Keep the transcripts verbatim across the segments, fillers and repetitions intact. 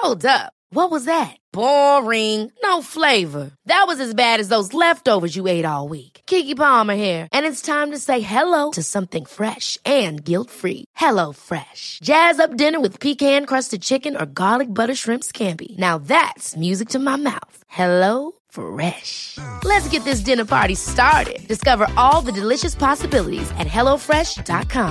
Hold up. What was that? Boring. No flavor. That was as bad as those leftovers you ate all week. Keke Palmer here. And it's time to say hello to something fresh and guilt-free. Hello Fresh. Jazz up dinner with pecan-crusted chicken or garlic butter shrimp scampi. Now that's music to my mouth. Hello Fresh. Let's get this dinner party started. Discover all the delicious possibilities at hello fresh dot com.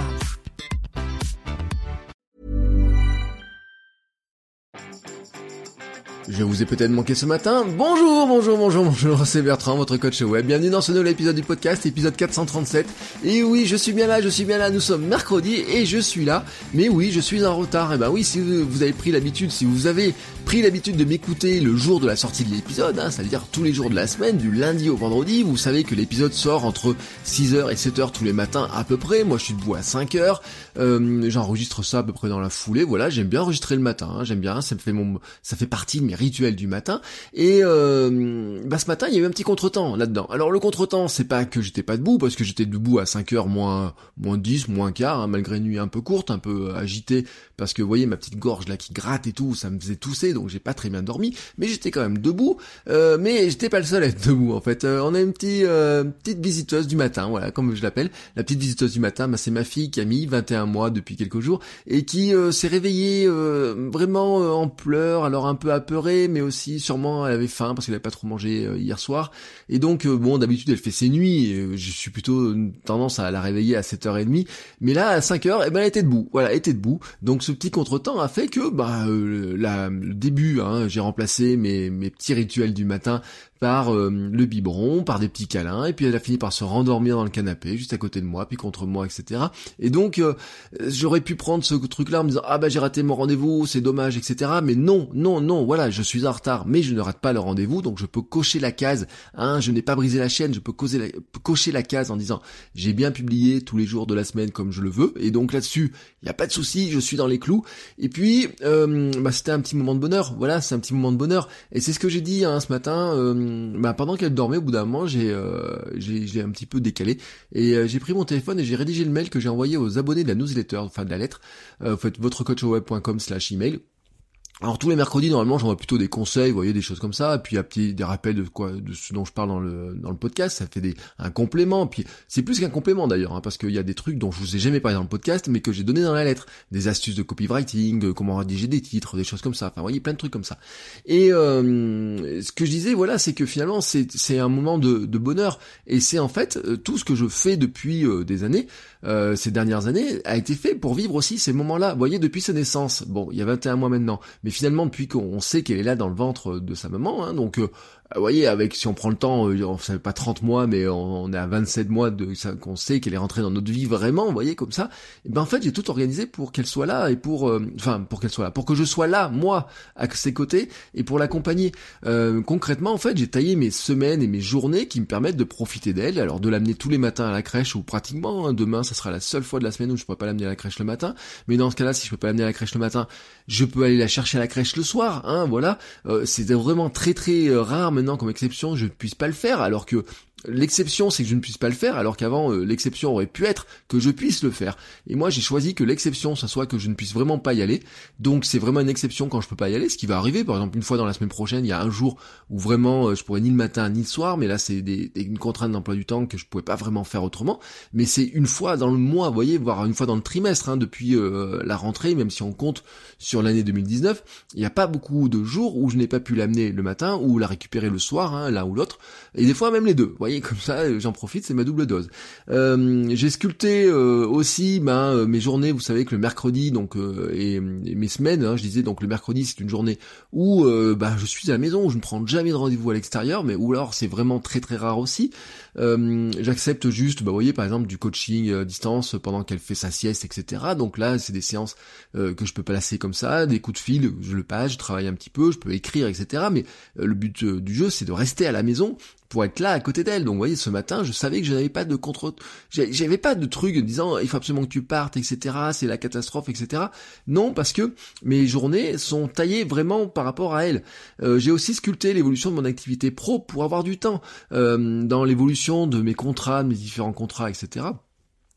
Je vous ai peut-être manqué ce matin. Bonjour, bonjour, bonjour, bonjour, c'est Bertrand, votre coach web. Bienvenue dans ce nouvel épisode du podcast, épisode quatre cent trente-sept. Et oui, je suis bien là, je suis bien là, nous sommes mercredi et je suis là. Mais oui, je suis en retard. Et ben oui, si vous avez pris l'habitude, si vous avez pris l'habitude de m'écouter le jour de la sortie de l'épisode, hein, c'est-à-dire tous les jours de la semaine, du lundi au vendredi, vous savez que l'épisode sort entre six heures et sept heures tous les matins à peu près. Moi, je suis debout à cinq heures. Euh, j'enregistre ça à peu près dans la foulée. Voilà, j'aime bien enregistrer le matin, hein, j'aime bien, ça me fait mon, ça fait partie de mes rituels du matin. Et euh, bah ce matin il y a eu un petit contretemps là-dedans. Alors le contretemps, c'est pas que j'étais pas debout, parce que j'étais debout à cinq heures moins moins dix, moins quart, hein, malgré une nuit un peu courte, un peu agitée, parce que vous voyez ma petite gorge là qui gratte et tout, ça me faisait tousser, donc j'ai pas très bien dormi, mais j'étais quand même debout. Euh, mais j'étais pas le seul à être debout en fait. Euh, on a une petite euh, petite visiteuse du matin, voilà, comme je l'appelle, la petite visiteuse du matin. Bah c'est ma fille Camille, vingt et un mois depuis quelques jours, et qui euh, s'est réveillée euh, vraiment euh, en pleurs, alors un peu apeurée, mais aussi sûrement elle avait faim parce qu'elle avait pas trop mangé euh, hier soir. Et donc euh, bon, d'habitude elle fait ses nuits, et, euh, je suis plutôt tendance à la réveiller à sept heures trente, mais là à cinq heures, eh ben elle était debout. Voilà, elle était debout. Donc ce petit contretemps a fait que bah euh, la, le début, hein, j'ai remplacé mes mes petits rituels du matin par euh, le biberon, par des petits câlins, et puis elle a fini par se rendormir dans le canapé, juste à côté de moi, puis contre moi, et cetera. Et donc, euh, j'aurais pu prendre ce truc-là en me disant « Ah bah j'ai raté mon rendez-vous, c'est dommage, et cetera » Mais non, non, non, voilà, je suis en retard, mais je ne rate pas le rendez-vous, donc je peux cocher la case, hein, je n'ai pas brisé la chaîne, je peux causer la, cocher la case en disant « J'ai bien publié tous les jours de la semaine comme je le veux », et donc là-dessus, il n'y a pas de souci, je suis dans les clous. Et puis, euh, bah c'était un petit moment de bonheur, voilà, c'est un petit moment de bonheur, et c'est ce que j'ai dit hein, ce matin, euh, bah pendant qu'elle dormait, au bout d'un moment, j'ai euh, j'ai j'ai un petit peu décalé et euh, j'ai pris mon téléphone et j'ai rédigé le mail que j'ai envoyé aux abonnés de la newsletter, enfin de la lettre. Euh, vous faites votre coach web point com slash email. Alors tous les mercredis normalement j'envoie plutôt des conseils, vous voyez, des choses comme ça, et puis il y a petit, des rappels de quoi, de ce dont je parle dans le dans le podcast, ça fait des un complément, puis c'est plus qu'un complément d'ailleurs, hein, parce qu'il y a des trucs dont je vous ai jamais parlé dans le podcast, mais que j'ai donné dans la lettre, des astuces de copywriting, euh, comment rédiger des titres, des choses comme ça, enfin vous voyez, plein de trucs comme ça. Et euh, ce que je disais, voilà, c'est que finalement c'est c'est un moment de, de bonheur, et c'est en fait euh, tout ce que je fais depuis euh, des années, euh, ces dernières années, a été fait pour vivre aussi ces moments-là. Vous voyez, depuis sa naissance, bon, il y a vingt et un mois maintenant. Mais finalement, depuis qu'on sait qu'elle est là dans le ventre de sa maman, hein, donc euh, vous voyez, avec si on prend le temps, euh, on savait pas trente mois, mais on, on est à vingt-sept mois de ça, qu'on sait qu'elle est rentrée dans notre vie vraiment, vous voyez, comme ça. Et ben en fait, j'ai tout organisé pour qu'elle soit là et pour, euh, enfin, pour qu'elle soit là, pour que je sois là, moi, à ses côtés et pour l'accompagner. Euh, concrètement, en fait, j'ai taillé mes semaines et mes journées qui me permettent de profiter d'elle. Alors de l'amener tous les matins à la crèche ou pratiquement. Hein, demain, ça sera la seule fois de la semaine où je pourrai pas l'amener à la crèche le matin. Mais dans ce cas-là, si je peux pas l'amener à la crèche le matin, je peux aller la chercher à la crèche le soir. Hein, voilà. Euh, c'est vraiment très très euh, rare maintenant comme exception je ne puisse pas le faire, alors que l'exception c'est que je ne puisse pas le faire, alors qu'avant euh, l'exception aurait pu être que je puisse le faire. Et moi j'ai choisi que l'exception ça soit que je ne puisse vraiment pas y aller. Donc c'est vraiment une exception quand je peux pas y aller, ce qui va arriver. Par exemple, une fois dans la semaine prochaine, il y a un jour où vraiment euh, je pourrais ni le matin ni le soir, mais là c'est des, des, une contrainte d'emploi du temps que je pouvais pas vraiment faire autrement. Mais c'est une fois dans le mois, vous voyez, voire une fois dans le trimestre, hein, depuis euh, la rentrée, même si on compte sur l'année deux mille dix-neuf, il n'y a pas beaucoup de jours où je n'ai pas pu l'amener le matin ou la récupérer le soir, hein, l'un ou l'autre, et des fois même les deux. Vous voyez, comme ça, j'en profite, c'est ma double dose. Euh, j'ai sculpté euh, aussi ben, mes journées, vous savez que le mercredi, donc euh, et, et mes semaines, hein, je disais, donc le mercredi c'est une journée où euh, ben, je suis à la maison, où je ne prends jamais de rendez-vous à l'extérieur, mais où alors c'est vraiment très très rare aussi. Euh, j'accepte juste, bah, vous voyez, par exemple, du coaching à distance pendant qu'elle fait sa sieste, et cetera. Donc là, c'est des séances euh, que je peux placer comme ça, des coups de fil, je le passe, je travaille un petit peu, je peux écrire, et cetera. Mais euh, le but euh, du jeu, c'est de rester à la maison pour être là à côté d'elle. Donc vous voyez, ce matin, je savais que je n'avais pas de contre, j'avais pas de truc disant il faut absolument que tu partes, et cetera. C'est la catastrophe, et cetera. Non, parce que mes journées sont taillées vraiment par rapport à elle. Euh, j'ai aussi sculpté l'évolution de mon activité pro pour avoir du temps euh, dans l'évolution de mes contrats, de mes différents contrats, et cetera.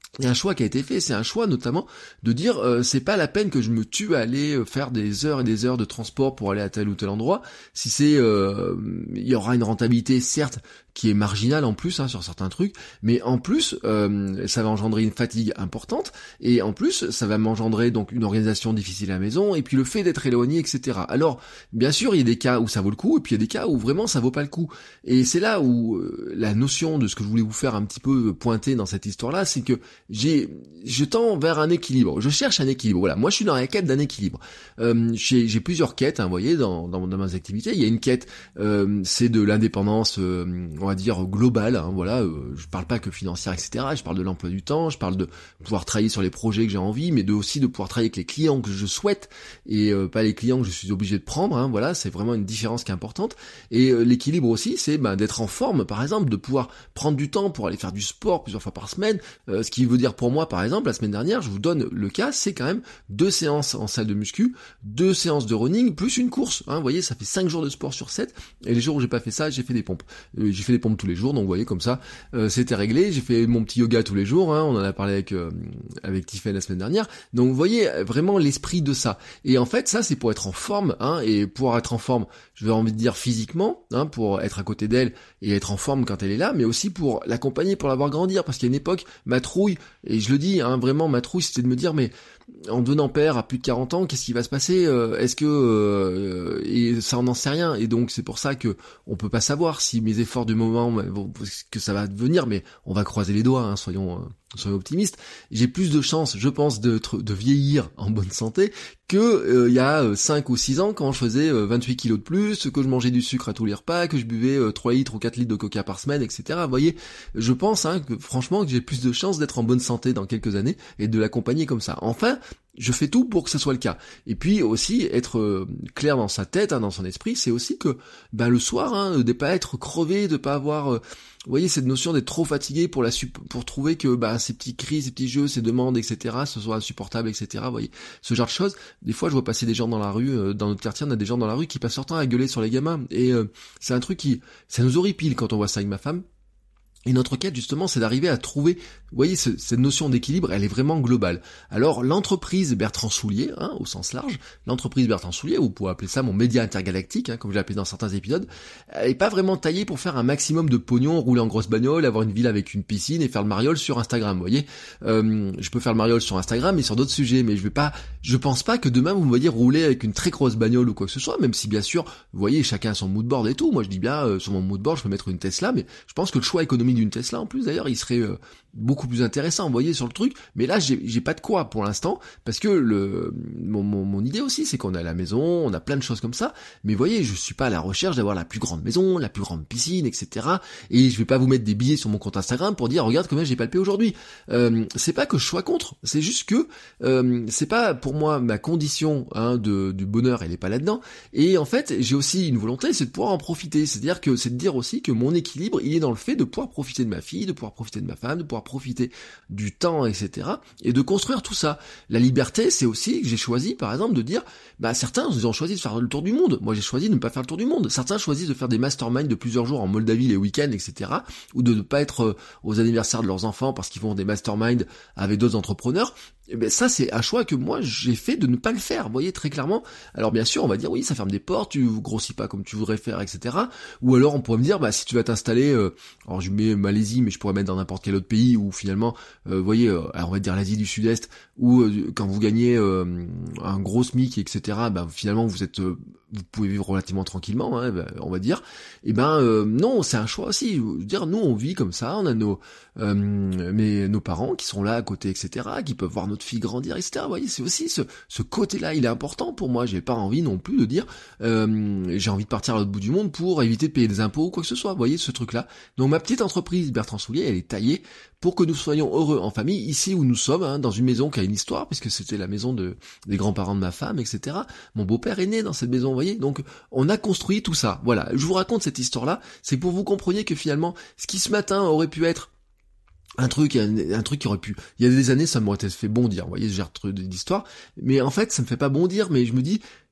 Il y a un choix qui a été fait, c'est un choix notamment de dire euh, c'est pas la peine que je me tue à aller faire des heures et des heures de transport pour aller à tel ou tel endroit. Si c'est, euh, il y aura une rentabilité certes qui est marginale en plus hein, sur certains trucs, mais en plus euh, ça va engendrer une fatigue importante et en plus ça va m'engendrer donc une organisation difficile à la maison et puis le fait d'être éloigné, et cetera. Alors bien sûr il y a des cas où ça vaut le coup et puis il y a des cas où vraiment ça vaut pas le coup. Et c'est là où euh, la notion de ce que je voulais vous faire un petit peu pointer dans cette histoire-là, c'est que j'ai, je tends vers un équilibre. Je cherche un équilibre. Voilà, moi je suis dans la quête d'un équilibre. Euh, j'ai, j'ai plusieurs quêtes, hein, vous voyez, dans, dans, dans mes activités. Il y a une quête, euh, c'est de l'indépendance, euh, on va dire globale. Hein, voilà, euh, je parle pas que financière, et cetera. Je parle de l'emploi du temps. Je parle de pouvoir travailler sur les projets que j'ai envie, mais de aussi de pouvoir travailler avec les clients que je souhaite et euh, pas les clients que je suis obligé de prendre. Hein, voilà, c'est vraiment une différence qui est importante. Et euh, l'équilibre aussi, c'est ben, d'être en forme, par exemple, de pouvoir prendre du temps pour aller faire du sport plusieurs fois par semaine, euh, ce qui veut dire pour moi, par exemple, la semaine dernière, je vous donne le cas, c'est quand même deux séances en salle de muscu, deux séances de running, plus une course. Hein, vous voyez, ça fait cinq jours de sport sur sept, et les jours où j'ai pas fait ça, j'ai fait des pompes. Euh, j'ai fait des pompes tous les jours, donc vous voyez, comme ça, euh, c'était réglé. J'ai fait mon petit yoga tous les jours, hein, on en a parlé avec euh, avec Tiffany la semaine dernière. Donc vous voyez vraiment l'esprit de ça. Et en fait, ça, c'est pour être en forme, hein, et pour être en forme, je vais envie de dire physiquement, hein, pour être à côté d'elle et être en forme quand elle est là, mais aussi pour l'accompagner, pour la voir grandir, parce qu'il y a une époque, ma trouille, et je le dis, hein, vraiment, ma trouille, c'était de me dire, mais en devenant père à plus de quarante ans, qu'est-ce qui va se passer? euh, Est-ce que... Euh, et ça, on n'en sait rien, et donc c'est pour ça que on peut pas savoir si mes efforts du moment, que ça va devenir, mais on va croiser les doigts, hein, soyons... Euh, soyons optimistes. J'ai plus de chances, je pense, de, de vieillir en bonne santé que euh, il y a cinq ou six ans quand je faisais euh, vingt-huit kilos de plus, que je mangeais du sucre à tous les repas, que je buvais euh, trois litres ou quatre litres de coca par semaine, et cetera. Vous voyez, je pense hein, que franchement que j'ai plus de chances d'être en bonne santé dans quelques années et de l'accompagner comme ça. Enfin, je fais tout pour que ce soit le cas. Et puis aussi, être euh, clair dans sa tête, hein, dans son esprit, c'est aussi que bah, le soir, hein, de pas être crevé, de pas avoir... Euh, vous voyez, cette notion d'être trop fatigué pour la pour trouver que bah ces petits cris, ces petits jeux, ces demandes, et cetera, ce soit insupportable, et cetera. Vous voyez, ce genre de choses. Des fois, je vois passer des gens dans la rue, euh, dans notre quartier, on a des gens dans la rue qui passent leur temps à gueuler sur les gamins. Et euh, c'est un truc qui, ça nous horripile quand on voit ça avec ma femme. Et notre quête, justement, c'est d'arriver à trouver, vous voyez, ce, cette notion d'équilibre, elle est vraiment globale. Alors, l'entreprise Bertrand Soulier, hein, au sens large, l'entreprise Bertrand Soulier, ou vous pouvez appeler ça mon média intergalactique, hein, comme je l'ai appelé dans certains épisodes, elle est pas vraiment taillée pour faire un maximum de pognon, rouler en grosse bagnole, avoir une ville avec une piscine et faire le mariole sur Instagram, vous voyez. Euh, je peux faire le mariole sur Instagram et sur d'autres sujets, mais je vais pas, je pense pas que demain vous me voyez rouler avec une très grosse bagnole ou quoi que ce soit, même si bien sûr, vous voyez, chacun a son moodboard et tout. Moi, je dis bien, euh, sur mon moodboard, je peux mettre une Tesla, mais je pense que le choix économique d'une Tesla en plus d'ailleurs il serait euh, beaucoup plus intéressant, vous voyez, sur le truc, mais là j'ai, j'ai pas de quoi pour l'instant, parce que le mon, mon, mon idée aussi c'est qu'on a la maison, on a plein de choses comme ça, mais vous voyez, je suis pas à la recherche d'avoir la plus grande maison, la plus grande piscine, et cetera. Et je vais pas vous mettre des billets sur mon compte Instagram pour dire regarde combien j'ai palpé aujourd'hui. Euh, c'est pas que je sois contre, c'est juste que euh, c'est pas pour moi ma condition hein, de, du bonheur, elle est pas là-dedans, et en fait j'ai aussi une volonté, c'est de pouvoir en profiter, c'est-à-dire que c'est de dire aussi que mon équilibre il est dans le fait de pouvoir profiter de ma fille, de pouvoir profiter de ma femme, de pouvoir profiter du temps, et cetera. Et de construire tout ça. La liberté, c'est aussi que j'ai choisi, par exemple, de dire, bah certains ils ont choisi de faire le tour du monde. Moi, j'ai choisi de ne pas faire le tour du monde. Certains choisissent de faire des masterminds de plusieurs jours en Moldavie les week-ends, et cetera. Ou de ne pas être aux anniversaires de leurs enfants parce qu'ils font des masterminds avec d'autres entrepreneurs. Et ben ça, c'est un choix que moi j'ai fait de ne pas le faire. Vous voyez très clairement. Alors bien sûr, on va dire oui, ça ferme des portes, tu grossis pas comme tu voudrais faire, et cetera. Ou alors on pourrait me dire, bah si tu vas t'installer, euh, alors je mets Malaisie, mais je pourrais mettre dans n'importe quel autre pays où finalement, euh, vous voyez, euh, alors on va dire l'Asie du Sud-Est, où euh, quand vous gagnez euh, un gros SMIC, et cetera. Bah finalement vous êtes, euh, vous pouvez vivre relativement tranquillement, hein, bah, on va dire. Et ben euh, non, c'est un choix aussi. Je veux dire, nous on vit comme ça, on a nos, euh, mais nos parents qui sont là à côté, et cetera. Qui peuvent voir notre fille grandir, et cetera. Vous voyez, c'est aussi ce, ce côté-là, il est important pour moi. J'ai pas envie non plus de dire euh, j'ai envie de partir à l'autre bout du monde pour éviter de payer des impôts ou quoi que ce soit. Vous voyez ce truc-là. Donc ma petite entreprise Bertrand Soulier, elle est taillée pour que nous soyons heureux en famille, ici où nous sommes, hein, dans une maison qui a une histoire, puisque c'était la maison de des grands-parents de ma femme, et cetera. Mon beau-père est né dans cette maison, vous voyez. Donc on a construit tout ça. Voilà. Je vous raconte cette histoire-là, c'est pour vous compreniez que finalement, ce qui ce matin aurait pu être un truc, un, un truc qui aurait pu, il y a des années, ça m'aurait fait bondir, vous voyez, ce genre d'histoire, mais en fait, ça me fait pas bondir, mais je me dis,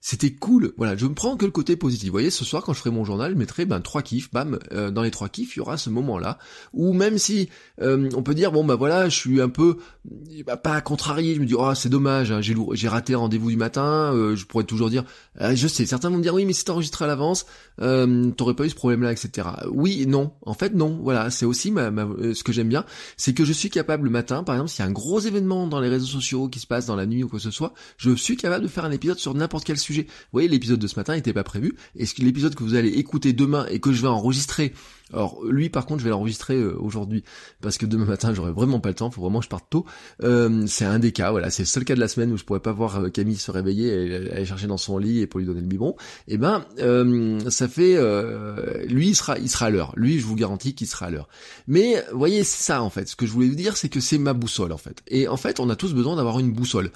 c'était cool. Voilà, je me prends que le côté positif. Vous voyez, ce soir quand je ferai mon journal, je mettrai ben trois kiffs, bam, euh, dans les trois kiffs, il y aura ce moment-là où même si euh, on peut dire bon bah voilà, je suis un peu bah, pas contrarié, je me dis oh c'est dommage, hein, j'ai lourd, j'ai raté un rendez-vous du matin, euh, je pourrais toujours dire euh, je sais, certains vont me dire oui mais c'est enregistré à l'avance, euh, t'aurais pas eu ce problème-là, et cetera. Oui, non, en fait non, voilà, c'est aussi ma, ma, ce que j'aime bien, c'est que je suis capable le matin, par exemple, s'il y a un gros événement dans les réseaux sociaux qui se passe dans la nuit ou quoi que ce soit, je suis capable de faire un épisode sur n'importe quel sujet. Vous voyez, l'épisode de ce matin n'était pas prévu, et ce que l'épisode que vous allez écouter demain et que je vais enregistrer, alors lui par contre je vais l'enregistrer euh, aujourd'hui parce que demain matin j'aurai vraiment pas le temps, faut vraiment que je parte tôt, euh, c'est un des cas, voilà, c'est le seul cas de la semaine où je pourrais pas voir euh, Camille se réveiller et aller chercher dans son lit et pour lui donner le biberon, et ben euh, ça fait euh, lui il sera il sera à l'heure, lui je vous garantis qu'il sera à l'heure. Mais vous voyez, c'est ça en fait, ce que je voulais vous dire, c'est que c'est ma boussole en fait, et en fait on a tous besoin d'avoir une boussole.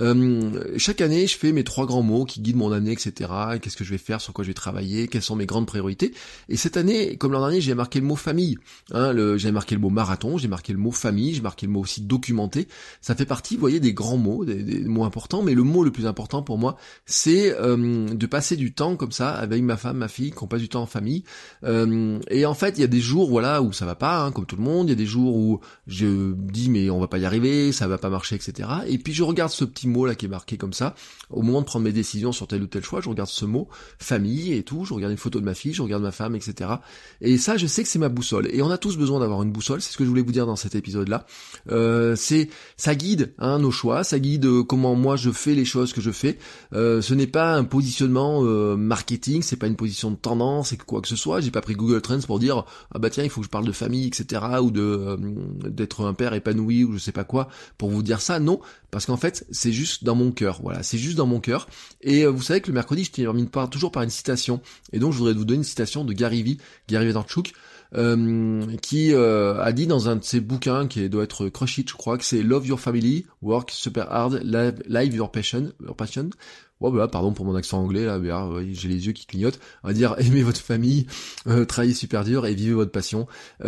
Euh, chaque année je fais mes trois grands mots qui guident mon année, etc. Qu'est-ce que je vais faire, sur quoi je vais travailler, quelles sont mes grandes priorités, et cette année comme l'an dernier j'ai marqué le mot famille, hein, le, j'ai marqué le mot marathon, j'ai marqué le mot famille, j'ai marqué le mot aussi documenté. Ça fait partie, vous voyez, des grands mots, des, des mots importants, mais le mot le plus important pour moi, c'est euh, de passer du temps comme ça avec ma femme, ma fille, qu'on passe du temps en famille. Euh, et en fait, il y a des jours, voilà, où ça va pas, hein, comme tout le monde. Il y a des jours où je dis mais on va pas y arriver, ça va pas marcher, et cetera. Et puis je regarde ce petit mot là qui est marqué comme ça. Au moment de prendre mes décisions sur tel ou tel choix, je regarde ce mot famille et tout. Je regarde une photo de ma fille, je regarde ma femme, et cetera. Et ça, je sais que c'est ma boussole, et on a tous besoin d'avoir une boussole, c'est ce que je voulais vous dire dans cet épisode-là. Euh, c'est, ça guide hein, nos choix, ça guide euh, comment moi je fais les choses que je fais. Euh, ce n'est pas un positionnement euh, marketing, c'est pas une position de tendance, et quoi que ce soit. J'ai pas pris Google Trends pour dire ah bah tiens il faut que je parle de famille, et cetera, ou de euh, d'être un père épanoui ou je sais pas quoi pour vous dire ça. Non, parce qu'en fait c'est juste dans mon cœur. Voilà, c'est juste dans mon cœur. Et euh, vous savez que le mercredi je termine par, toujours par une citation, et donc je voudrais vous donner une citation de Gary Vee, Gary Vaynerchuk. Euh, qui euh, a dit dans un de ses bouquins qui doit être Crush It, je crois, que c'est Love Your Family, Work Super Hard, Live, live Your Passion, Your Passion. Oh bah pardon pour mon accent anglais là, bah, j'ai les yeux qui clignotent. On va dire aimez votre famille, euh, travaillez super dur et vivez votre passion.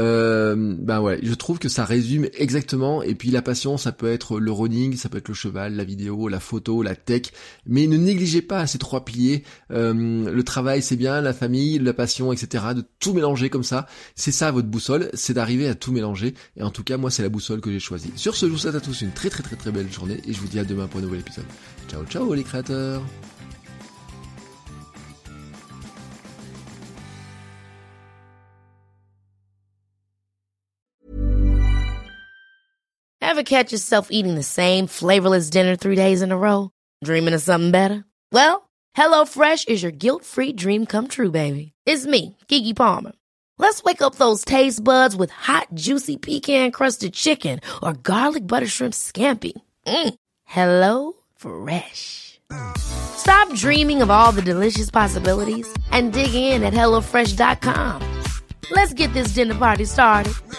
Euh, ben ouais, je trouve que ça résume exactement. Et puis la passion, ça peut être le running, ça peut être le cheval, la vidéo, la photo, la tech. Mais ne négligez pas ces trois piliers. Euh, le travail c'est bien, la famille, la passion, et cetera. De tout mélanger comme ça. C'est ça votre boussole, c'est d'arriver à tout mélanger. Et en tout cas, moi c'est la boussole que j'ai choisie. Sur ce, je vous souhaite à tous une très très très très belle journée et je vous dis à demain pour un nouvel épisode. Ciao ciao les créateurs. Ever catch yourself eating the same flavorless dinner three days in a row? Dreaming of something better? Well, HelloFresh is your guilt-free dream come true, baby. It's me, Keke Palmer. Let's wake up those taste buds with hot, juicy pecan-crusted chicken or garlic butter shrimp scampi. Mm. Hello Fresh. Stop dreaming of all the delicious possibilities and dig in at hello fresh dot com. Let's get this dinner party started.